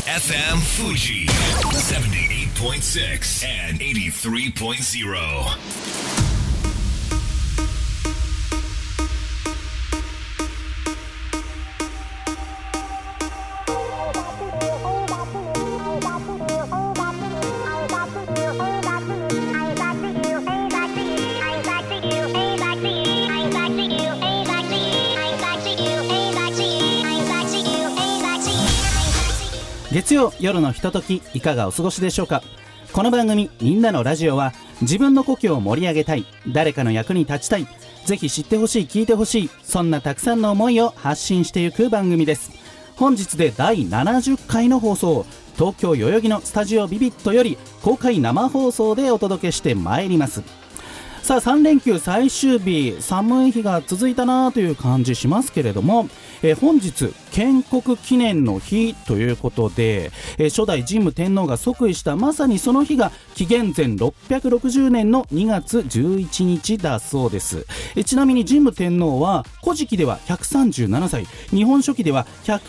FM Fuji 78.6 and 83.0。 月曜夜のひととき、いかがお過ごしでしょうか。この番組みんなのラジオは、自分の故郷を盛り上げたい、誰かの役に立ちたい、ぜひ知ってほしい、聞いてほしい、そんなたくさんの思いを発信していく番組です。本日で第70回の放送、東京代々木のスタジオビビットより公開生放送でお届けしてまいります。さあ、3連休最終日、寒い日が続いたなという感じしますけれども、本日建国記念の日ということで、初代神武天皇が即位したまさにその日が紀元前660年の2月11日だそうです。ちなみに神武天皇は古事記では137歳、日本書紀では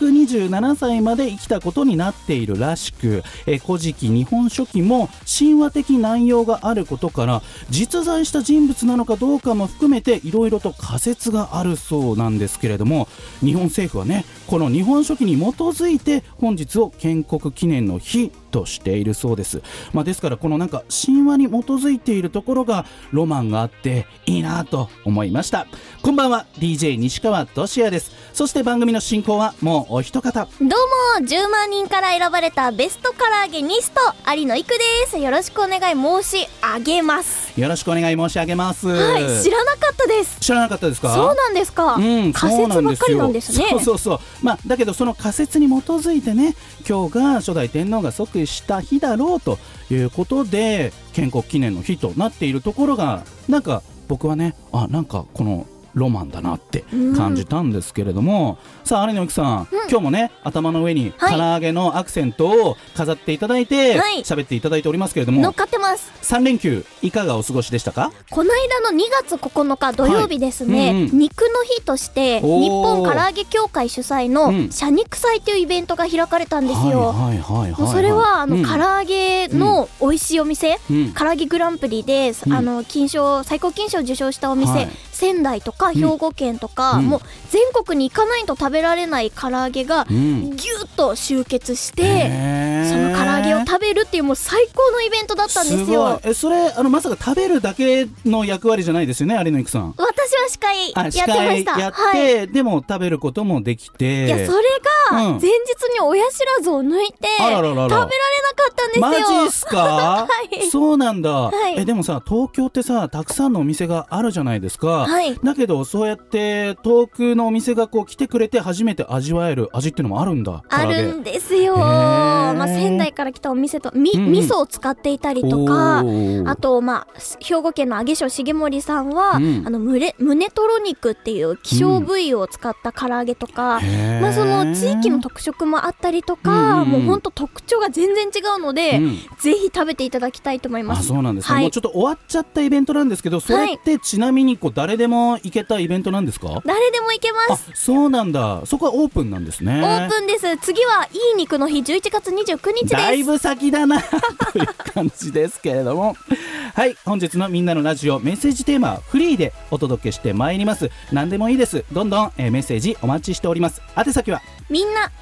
127歳まで生きたことになっているらしく、古事記、日本書紀も神話的内容があることから、実在した人物なのかどうかも含めていろいろと仮説があるそうなんですけれども、日本政府はね、この日本書紀に基づいて本日を建国記念の日としているそうです。ですからこのなんか神話に基づいているところがロマンがあっていいなと思いました。こんばんは、 DJ 西川俊也です。そして番組の進行はもうお一方、 どうも10万人から選ばれたベスト唐揚げニスト有野育です。よろしくお願い申し上げます。 よろしくお願い申し上げます。 はい、知らなかったです。 知らなかったですか。 そうなんですか、仮説ばっかりなんですね。 そうだけどその仮説に基づいてね、今日が初代天皇が即位した日だろうということで建国記念の日となっているところが、なんか僕はね、なんかこのロマンだなって感じたんですけれども、さあ有野由紀さん、今日もね頭の上に唐揚げのアクセントを飾っていただいて喋っていただいておりますけれども、 乗っかってます。 3連休いかがお過ごしでしたか。 この間の2月9日土曜日ですね、肉の日として日本唐揚げ協会主催の社肉祭というイベントが開かれたんですよ。それは唐揚げの美味しいお店、唐揚げグランプリで金賞、最高金賞を受賞したお店、仙台とか兵庫県とか、もう全国に行かないと食べられない唐揚げがギュッと集結して、その唐揚げを食べるっていうもう最高のイベントだったんですよ。 すごい。それまさか食べるだけの役割じゃないですよね、有野由紀さん。 私は司会やってました。 やって、でも食べることもできて、 いや、それが前日に親知らずを抜いて食べられなかったんですよ。 マジっすか。はい、そうなんだ。でもさ、東京ってさ、たくさんのお店があるじゃないですか。だけどそうやって遠くのお店がこう来てくれて初めて味わえる味っていうのもあるんだ。 あるんですよ。仙台から来たお店と味噌を使っていたりとか、あと兵庫県の揚げ匠重森さんは、胸トロ肉っていう希少部位を使った唐揚げとか、その地域の特色もあったりとか、もうほんと特徴が全然違うので、ぜひ食べていただきたいと思います。 そうなんですね。もうちょっと終わっちゃったイベントなんですけど、それってちなみに誰でも行けたイベントなんですか。 誰でも行けます。そうなんだ。そこはオープンなんですね。 オープンです。次はいい肉の日11月29日です。 だいぶ先だなという感じですけれどもはい、本日のみんなのラジオメッセージテーマはフリーでお届けしてまいります。何でもいいです。どんどんメッセージお待ちしております。宛先はみんな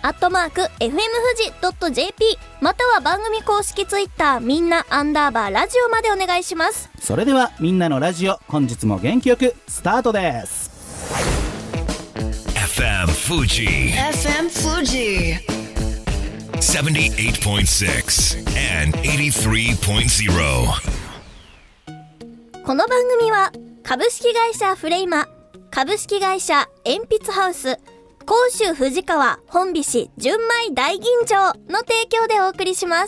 @fmfuji.jp または番組公式ツイッターみんな_ラジオまでお願いします。 それではみんなのラジオ、本日も元気よくスタートです。 FM Fuji 78.6 and 83.0。 この番組は株式会社フレイマ、株式会社鉛筆ハウス、甲州藤川本菱純米大吟醸の提供でお送りします。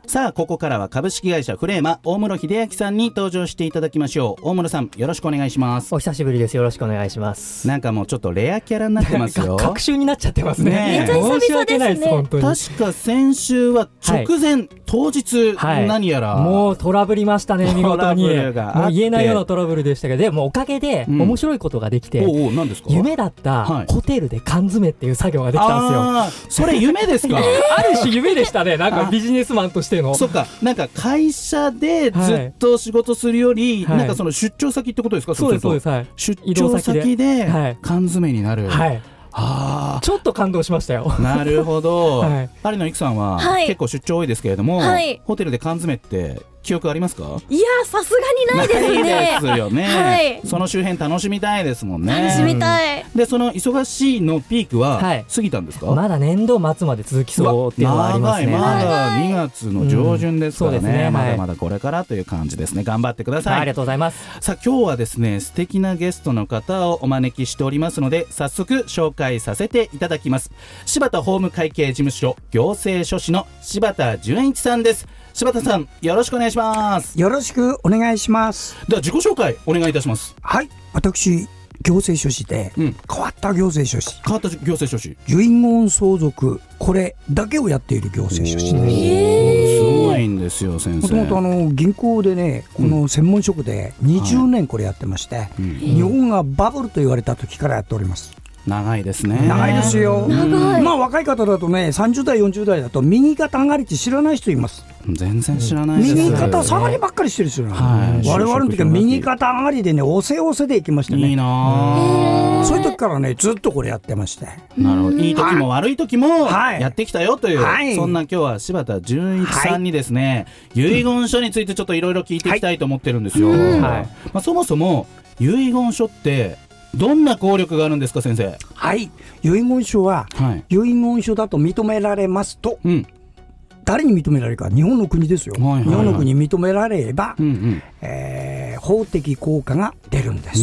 さあここからは株式会社フレーマ大室秀明さんに登場していただきましょう。大室さんよろしくお願いします。 お久しぶりです。よろしくお願いします。 なんかもうちょっとレアキャラになってますよ。 隔週になっちゃってますね。 申し訳ないです本当に。確か先週は直前、当日、何やらもうトラブりましたね。見事にもう言えないようなトラブルでしたけど、でもおかげで面白いことができて、 何ですか？ 夢だったホテルで缶詰っていう作業ができたんですよ。 それ夢ですか？ ある種夢でしたね。なんかビジネスマンとしての。 そっか、なんか会社でずっと仕事するより、なんかその出張先ってことですか？ そうですそうです。 出張先で缶詰になる。 ちょっと感動しましたよ。 なるほど。有野いくさんは結構出張多いですけれども、ホテルで缶詰って記憶ありますか？ いやさすがにないですね。 ないですよね。その周辺楽しみたいですもんね。 楽しみたい。 でその忙しいのピークは過ぎたんですか？ まだ年度末まで続きそうっていうのはありますね。 まだ2月の上旬ですからね。まだまだこれからという感じですね。頑張ってください。 ありがとうございます。 さあ今日はですね素敵なゲストの方をお招きしておりますので早速紹介させていただきます。柴田法務会計事務所行政書士の柴田純一さんです。柴田さんよろしくお願いします。 よろしくお願いします。 では自己紹介お願いいたします。 はい、私行政書士で、変わった行政書士、 変わった行政書士、 遺言相続これだけをやっている行政書士です。すごいんですよ先生。 もともと銀行でねこの専門職で20年これやってまして、日本がバブルと言われた時からやっております。 長いですね。 長いですよ。まあ若い方だとね30代40代だと右肩上がりって知らない人います。 全然知らないです。 右肩下がりばっかりしてる人なんです。我々の時は右肩上がりでね押せ押せでいきましたね。 いいな。 そういう時からねずっとこれやってまして。 なるほど。いい時も悪い時もやってきたよという、そんな今日は柴田純一さんにですね、遺言書についてちょっといろいろ聞いていきたいと思ってるんですよ。そもそも遺言書ってどんな効力があるんですか先生？ はい、遺言書は、遺言書だと認められますと、誰に認められるか、日本の国ですよ。日本の国に認められれば、法的効果が出るんです。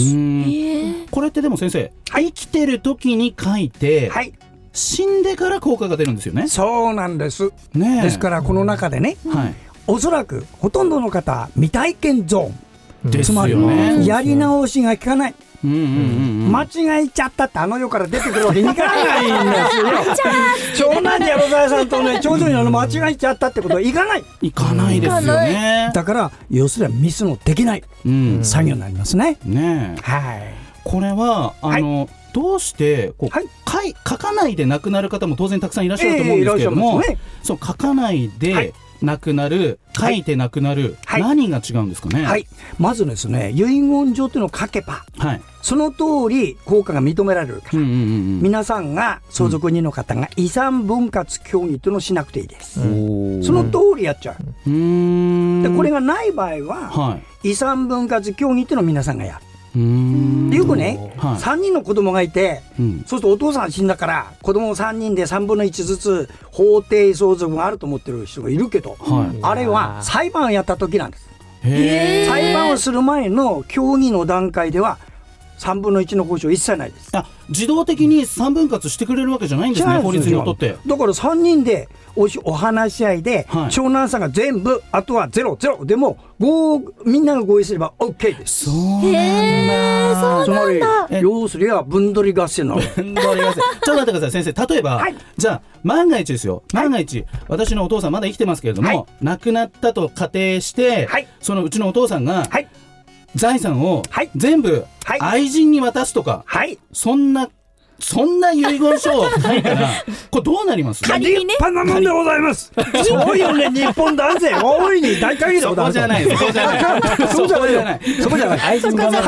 これってでも先生、生きてる時に書いて、死んでから効果が出るんですよね。 そうなんです。ですからこの中でね、おそらくほとんどの方未体験ゾーン、つまりやり直しが効かない、間違えちゃったって世から出てくるわけにいかないんですよ。長男に山沢さんとね長女に間違えちゃったってことはいかない。 いかないですよね。 だから要するにミスのできない作業になりますね。 これはどうしてこう書かないで亡くなる方も当然たくさんいらっしゃると思うんですけれども、そう書かないで亡くなる、書いて亡くなる、何が違うんですかね？ まずですね、遺言状というのを書けば、その通り効果が認められるから、皆さんが相続人の方が遺産分割協議というのをしなくていいです。その通りやっちゃう。でこれがない場合は、遺産分割協議というのを皆さんがやる。よくね、3人の子供がいて、そうするとお父さん死んだから子供3人で3分の1ずつ法定相続があると思ってる人がいるけど、あれは裁判をやった時なんです。裁判をする前の協議の段階では3分の1の交渉一切ないです。 自動的に3分割してくれるわけじゃないんですね、法律にのっとって。 だから3人でお話し合いで、長男さんが全部あとは0でもみんなが合意すれば OK です。 そうなんだ。 つまり要するには分取り合戦なの。 分取り合戦。ちょっと待ってください先生。例えば、じゃあ万が一ですよ、万が一、私のお父さんまだ生きてますけれども、亡くなったと仮定して、そのうちのお父さんが、財産を全部愛人に渡すとか、そんな遺言書を書いたらこれどうなります？ 立派なもんでございます。そういうね、日本男性大いに大会議でございます。 そこじゃない愛人が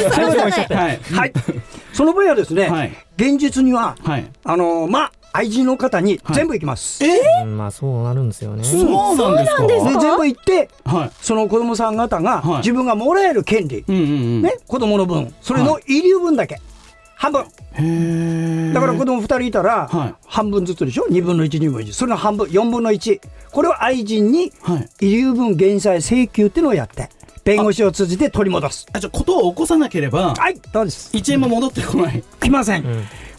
その場合はですね、現実には愛人の方に全部行きます。 そうなるんですよね。 そうなんですか。 全部行って、その子供さん方が自分がもらえる権利、子供の分、それの遺留分だけ半分。だから子供2人いたら半分ずつでしょ。2分の1、2分の1、それの半分、4分の1、これを愛人に遺留分減債請求っていうのをやって弁護士を通じて取り戻す。 じゃあことを起こさなければ、 そうです。 1円も戻ってこない。 来ません。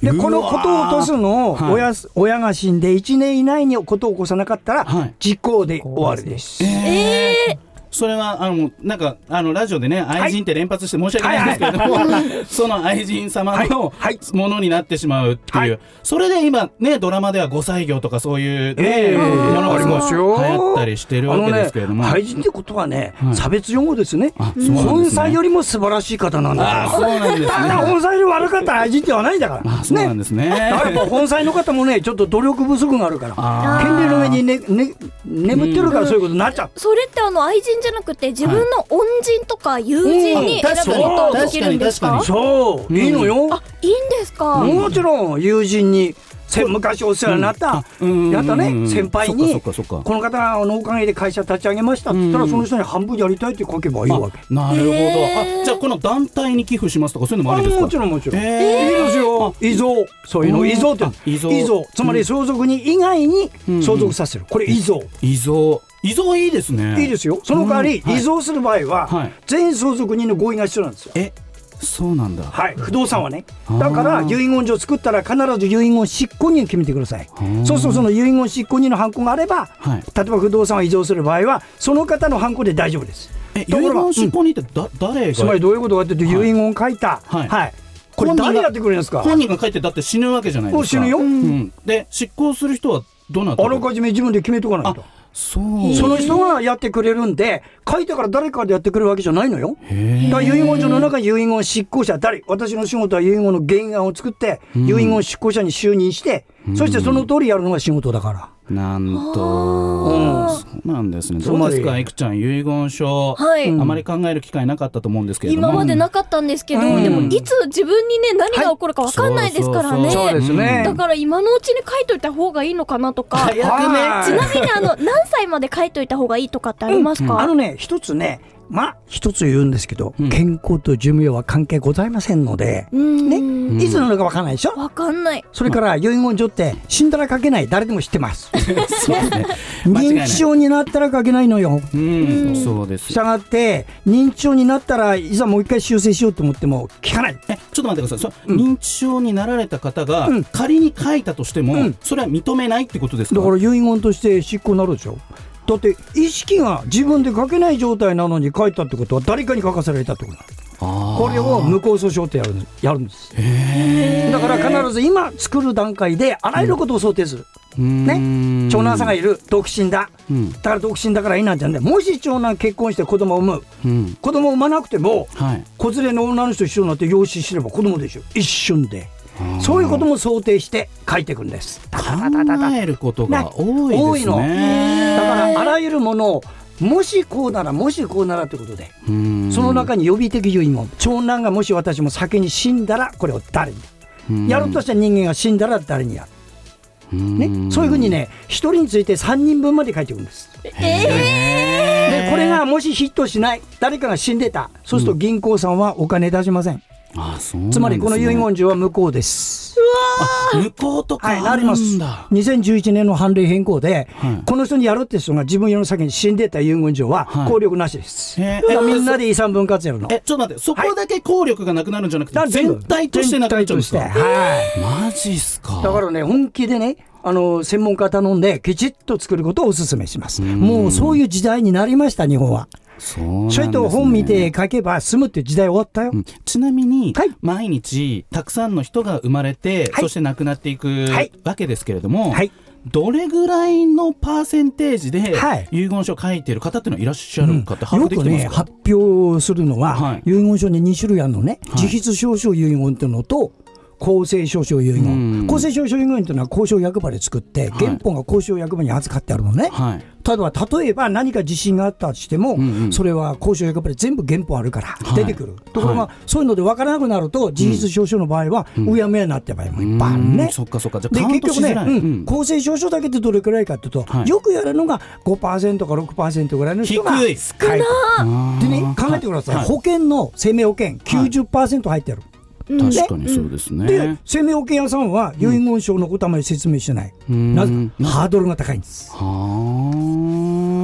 でこのことを落とすのを親が死んで1年以内にことを起こさなかったら時効で終わりです。 それはなんかラジオでね愛人って連発して申し訳ないんですけれども、その愛人様のものになってしまうっていう、それで今ねドラマでは5歳業とかそういうねものが流行ったりしてるわけですけれども、 愛人ってことはね差別用語ですね。本妻よりも素晴らしい方なんだ。 そうなんですね。 ただ本妻より悪かったら愛人ではないんだから。 そうなんですね。 だから本妻の方もねちょっと努力不足があるから権利の上に眠ってるからそういうことになっちゃう。 それって愛人じゃなくて自分の恩人とか友人に選ぶことできるんですか？ そういいのよ。 いいんですか？ もちろん友人に昔お世話になったね先輩にこの方のおかげで会社立ち上げましたって言ったらその人に半分やりたいって書けばいいわけ。 なるほど。じゃあこの団体に寄付しますとかそういうのもあるんですか？ もちろんいいですよ。遺贈、そういうの遺贈って遺贈、つまり相続人以外に相続させる、これ遺贈。 遺贈いいですね。 いいですよ。その代わり遺贈する場合は全相続人の合意が必要なんですよ。 そうなんだ。 はい、不動産はね。だから遺言状作ったら必ず遺言執行人を決めてください。そうするとその遺言執行人のハンコがあれば、例えば不動産を遺贈する場合はその方のハンコで大丈夫です。 遺言執行人って誰が？ つまりどういうことかというと遺言を書いた。これ誰やってくれるんですか？ 本人が書いてだって死ぬわけじゃないですか。 死ぬよ。 で執行する人はどうなってる？ あらかじめ自分で決めとかないと。その人がやってくれるんで書いたから誰かでやってくれるわけじゃないのよ。だから遺言状の中に遺言執行者誰、私の仕事は遺言の原案を作って遺言執行者に就任して、そしてその通りやるのが仕事だから。 なんと、そうなんですね。どうですかいくちゃん、遺言書、あまり考える機会なかったと思うんですけれども。 今までなかったんですけど、でもいつ自分にね何が起こるか分かんないですからね。 そうですね。 だから今のうちに書いといた方がいいのかなとか。ちなみに何歳まで書いといた方がいいとかってありますか？ 一つね、一つ言うんですけど、健康と寿命は関係ございませんので、いつなのか分からないでしょ。 分かんない。 それから遺言状って死んだら書けない、誰でも知ってます。認知症になったら書けないのよ。 そうです。 したがって認知症になったらいざもう一回修正しようと思っても聞かない。 ちょっと待ってください。認知症になられた方が仮に書いたとしても、それは認めないってことですか？ だから遺言として執行になるでしょ。だって意識が自分で書けない状態なのに書いたってことは誰かに書かされたってことだ。これを無効訴訟ってやるんです。だから必ず今作る段階であらゆることを想定する。長男さんがいる、独身だ、だから独身だからいいなんてんで、もし長男結婚して子供を産む、子供を産まなくても、子連れの女の人と一緒になって養子すれば子供でしょ、一瞬で。そういうことも想定して書いていくんです。 考えることが多いですね。 だからあらゆるものをもしこうならもしこうならということで、その中に予備的遺言、長男がもし私も先に死んだらこれを誰にやるとした人間が死んだら誰にやる、そういうふうにね、1人について3人分まで書いていくんです。でこれがもしヒットしない、誰かが死んでた、そうすると銀行さんはお金出しません。つまりこの遺言状は無効です。 無効とかなります。2011年の判例変更で、この人にやるって人が自分より先に死んでた遺言状は効力なしです。みんなで遺産分割やるの。 ちょっと待って、そこだけ効力がなくなるんじゃなくて、全体としてなくなっちゃうんですか？マジっすか。 だからね、本気でね、専門家頼んできちっと作ることをお勧めします。もうそういう時代になりました、日本は。それと本見て書けば済むって時代終わったよ。 ちなみに、毎日たくさんの人が生まれて、そして亡くなっていくわけですけれども、どれぐらいのパーセンテージで遺言書を書いている方っていうのはいらっしゃるかって把握できてますか？ よくね、発表するのは、遺言書に2種類あるのね。自筆証書遺言っていうのと公正証書遺言。公正証書遺言というのは公証役場で作って、原本が公証役場に預かってあるのね。例えば何か地震があったとしても、それは公証役場で全部原本あるから出てくる。ところがそういうので分からなくなると、自筆証書の場合はうやむやになって場合もいっぱいあるね。 そっかそっか。 で結局ね、公正証書だけでどれくらいかというと、よくやるのが 5% か 6% ぐらいの人が低い。 少な。 でね、考えてください。保険の生命保険 90% 入ってる。 確かにそうですね。 で生命保険屋さんは遺言書のことあまり説明してない。なぜかハードルが高いんです。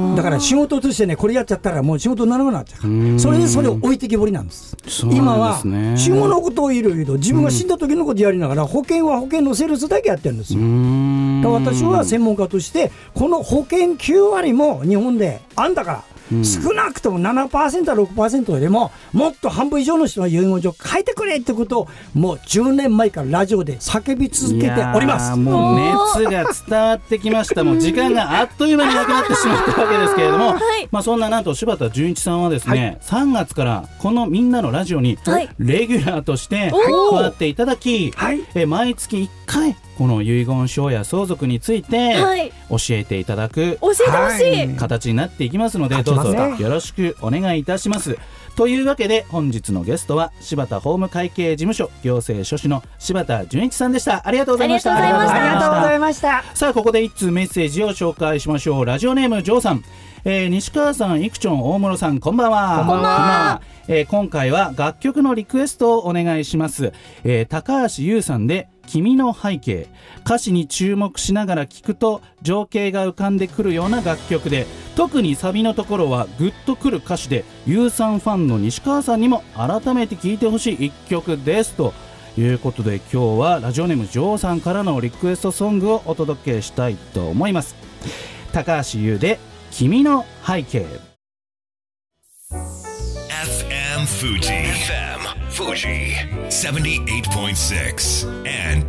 だから仕事としてねこれやっちゃったらもう仕事にならなくなっちゃうから、それでそれを置いてきぼりなんです。今は仕事のことをいろいろ自分が死んだ時のことやりながら、保険は保険のセールスだけやってるんですよ。だから私は専門家としてこの保険9割も日本であんだから、少なくとも 7%、6% よりももっと半分以上の人の遺言状書いてくれってことをもう10年前からラジオで叫び続けております。 もう熱が伝わってきましたもう時間があっという間になくなってしまったわけですけれども、そんななんと柴田純一さんはですね、3月からこのみんなのラジオにレギュラーとして加わっていただき、毎月1回この遺言書や相続について教えていただく形になっていきますので、どうぞよろしくお願いいたします。というわけで本日のゲストは柴田法務会計事務所行政書士の柴田純一さんでした。ありがとうございました。 ありがとうございました。 さあここで一通メッセージを紹介しましょう。ラジオネームジョーさん、西川さん、いくちょん、大室さん、こんばんは。 こんばんは。 今回は楽曲のリクエストをお願いします。高橋優さんで君の背景。歌詞に注目しながら聴くと情景が浮かんでくるような楽曲で、特にサビのところはグッとくる歌詞で、優さんファンの西川さんにも改めて聴いてほしい一曲ですということで、今日はラジオネームジョーさんからのリクエストソングをお届けしたいと思います。高橋優で君の背景。 FM Fuji 78.6 and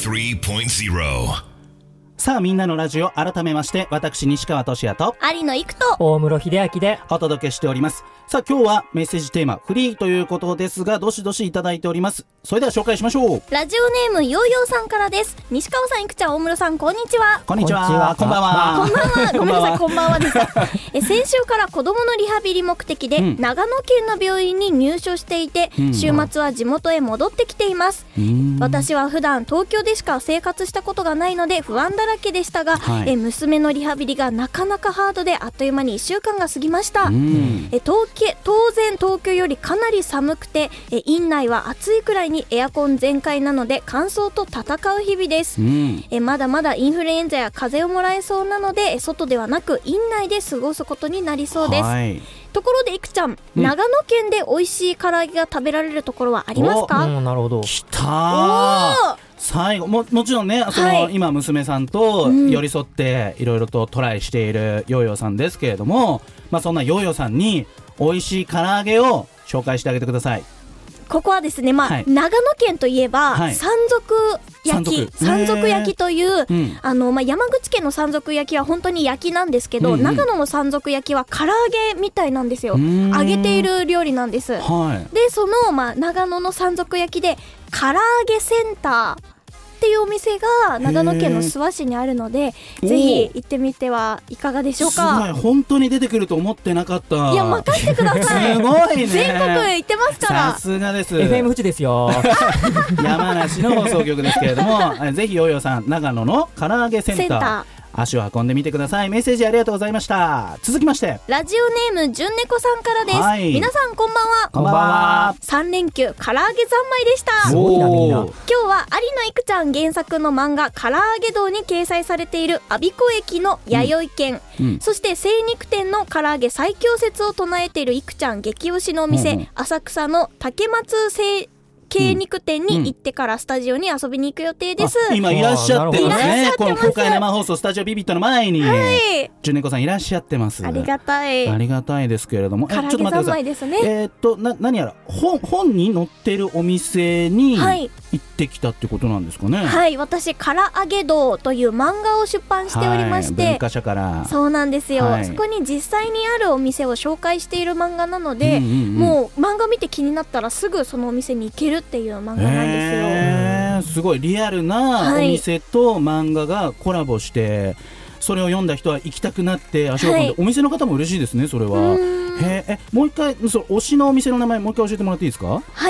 83.0。 さあみんなのラジオ、改めまして私西川俊也と有野育と大室秀明でお届けしております。さあ今日はメッセージテーマフリーということですが、どしどしいただいております。それでは紹介しましょう。 ラジオネームヨーヨーさんからです。西川さん、いくちゃん、大室さん、こんにちは。 こんにちは。こんばんは。 こんばんは。ごめんなさい、こんばんはです。先週から子供のリハビリ目的で長野県の病院に入所していて、週末は地元へ戻ってきています。私は普段東京でしか生活したことがないので不安だらけでしたが、娘のリハビリがなかなかハードで、あっという間に1週間が過ぎました。当然東京よりかなり寒くて、院内は暑いくらいにエアコン全開なので乾燥と戦う日々です。まだまだインフルエンザや風邪をもらえそうなので、外ではなく院内で過ごすことになりそうです。ところでいくちゃん、長野県で美味しい唐揚げが食べられるところはありますか？ なるほど。 きたー。最後 もちろんね、今娘さんと寄り添っていろいろとトライしているヨーヨーさんですけれども、そんなヨーヨーさんに美味しい唐揚げを紹介してあげてください。 ここはですね、長野県といえば、山賊焼きという、山口県の山賊焼きは本当に焼きなんですけど、長野の山賊焼きは唐揚げみたいなんですよ。揚げている料理なんです。でその、長野の山賊焼きで唐揚げセンターっていうお店が長野県の諏訪市にあるので、ぜひ行ってみてはいかがでしょうか。 すごい、本当に出てくると思ってなかった。 いや、任せてください。 すごいね。 全国行ってますから。 さすがです。 FM 富士ですよ。 山梨の放送局ですけれどもぜひヨーヨーさん、長野の唐揚げセンター足を運んでみてください。メッセージありがとうございました。続きましてラジオネームじゅんねこさんからです。皆さんこんばんは。 こんばんは。 3連休唐揚げ三昧でした。 すごいなみんな。 今日は有野いくちゃん原作の漫画唐揚げ道に掲載されている我孫子駅の弥生県、そして精肉店の唐揚げ最強説を唱えているいくちゃん激推しのお店、浅草の竹松精肉店に行ってからスタジオに遊びに行く予定です。 今いらっしゃってますね。この公開生放送スタジオビビットの前にじゅんねこさんいらっしゃってます。 ありがたい。 ありがたいですけれども、 唐揚げ三昧ですね。 何やら本に載ってるお店に行ってきたってことなんですかね。 はい、私唐揚げ道という漫画を出版しておりまして、 文化社から。 そうなんですよ、そこに実際にあるお店を紹介している漫画なので、もう漫画見て気になったらすぐそのお店に行けるっていう漫画なんですよ。 すごいリアルなお店と漫画がコラボして、それを読んだ人は行きたくなって足を運んで、お店の方も嬉しいですね、それは。もう一回推しのお店の名前もう一回教えてもらっていいですか？ はい、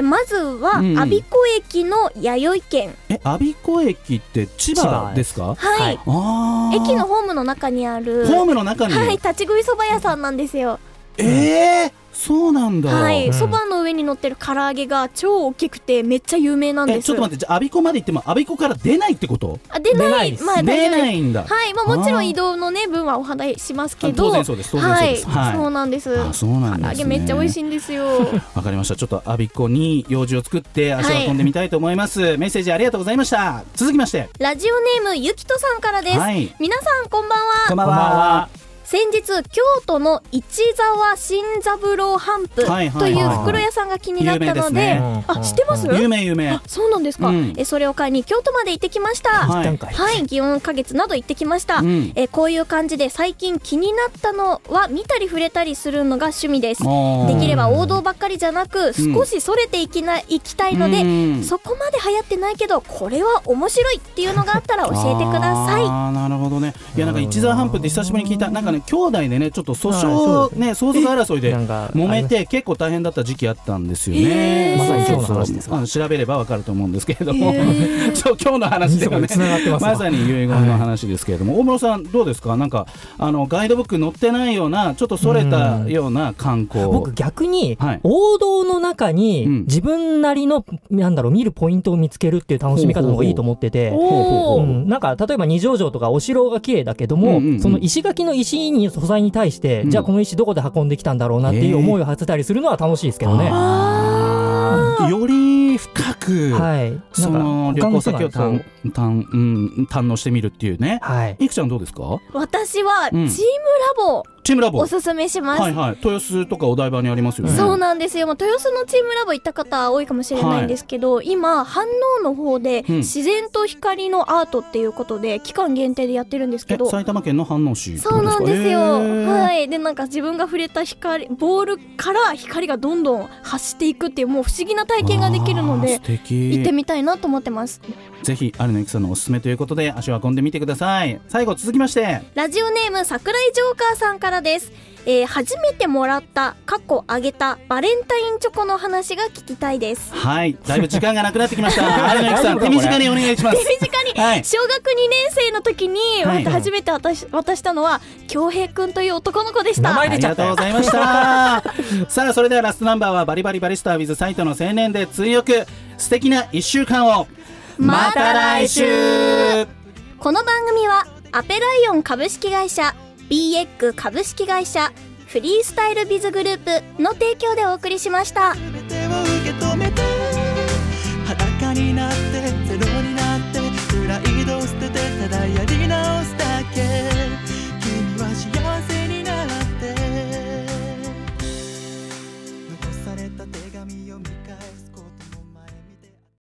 まずは我孫子駅の弥生県。 我孫子駅って千葉ですか？ はい、駅のホームの中にある、 ホームの中に、 立ち食いそば屋さんなんですよ。 そうなんだ。 はい、そばの上に乗ってる唐揚げが超大きくてめっちゃ有名なんです。 ちょっと待って、じゃあ我孫子まで行っても我孫子から出ないってこと？ 出ない、まあ、 出ないんだ。 はい、まあ、もちろん移動のね分はお話ししますけど、 当然そうです、当然そうです。 はい、そうなんです。 そうなんですね。 唐揚げめっちゃ美味しいんですよ。 わかりました。ちょっと我孫子に用事を作って足を運んでみたいと思います。メッセージありがとうございました。続きましてラジオネームゆきとさんからです。皆さんこんばんは。 こんばんは。 先日京都の市沢新三郎ハンプという袋屋さんが気になったので、知ってます？ 有名。 そうなんですか。それを買いに京都まで行ってきました。はい、祇園花月など行ってきました。こういう感じで最近気になったのは見たり触れたりするのが趣味です。できれば王道ばっかりじゃなく少しそれていきたいので、そこまで流行ってないけどこれは面白いっていうのがあったら教えてください。 なるほどね。いや、なんか市沢ハンプって久しぶりに聞いた。なんかね、兄弟でね、ちょっと訴訟ね、相続争いで揉めて結構大変だった時期あったんですよね。 まさに今日の話ですか。 調べればわかると思うんですけれども、今日の話ではね、まさに遺言の話ですけれども、大室さんどうですか？なんかガイドブック載ってないようなちょっとそれたような観光。 僕逆に王道の中に自分なりの見るポイントを見つけるっていう楽しみ方の方がいいと思ってて、なんか例えば二条城とかお城が綺麗だけども、その石垣の石に素材に対して、じゃあこの石どこで運んできたんだろうなっていう思いを馳せたりするのは楽しいですけどね。 より深く、その旅行先を堪能してみるっていうね。いくちゃんどうですか？ 私はチームラボおすすめします。 豊洲とかお台場にありますよね。 そうなんですよ。豊洲のチームラボ行った方多いかもしれないんですけど、今飯能の方で自然と光のアートっていうことで期間限定でやってるんですけど、 埼玉県の飯能市。 そうなんですよ。はい。で、なんか自分が触れたボールから光がどんどん発していくっていう、もう不思議な体験ができるので行ってみたいなと思ってます。 ぜひ有野由紀さんのおすすめということで足を運んでみてください。最後続きましてラジオネーム桜井ジョーカーさんからです。初めてもらったあげたバレンタインチョコの話が聞きたいです。 はい、だいぶ時間がなくなってきました有野由紀さん手短にお願いします。 手短に、小学2年生の時に初めて渡したのは恭平くんという男の子でした。 ありがとうございましたさあ、それではラストナンバーはバリバリバリスタ with サイトの青年で追憶。素敵な1週間を。また来週。 この番組はアペライオン株式会社、BX 株式会社、フリースタイルビズグループの提供でお送りしました。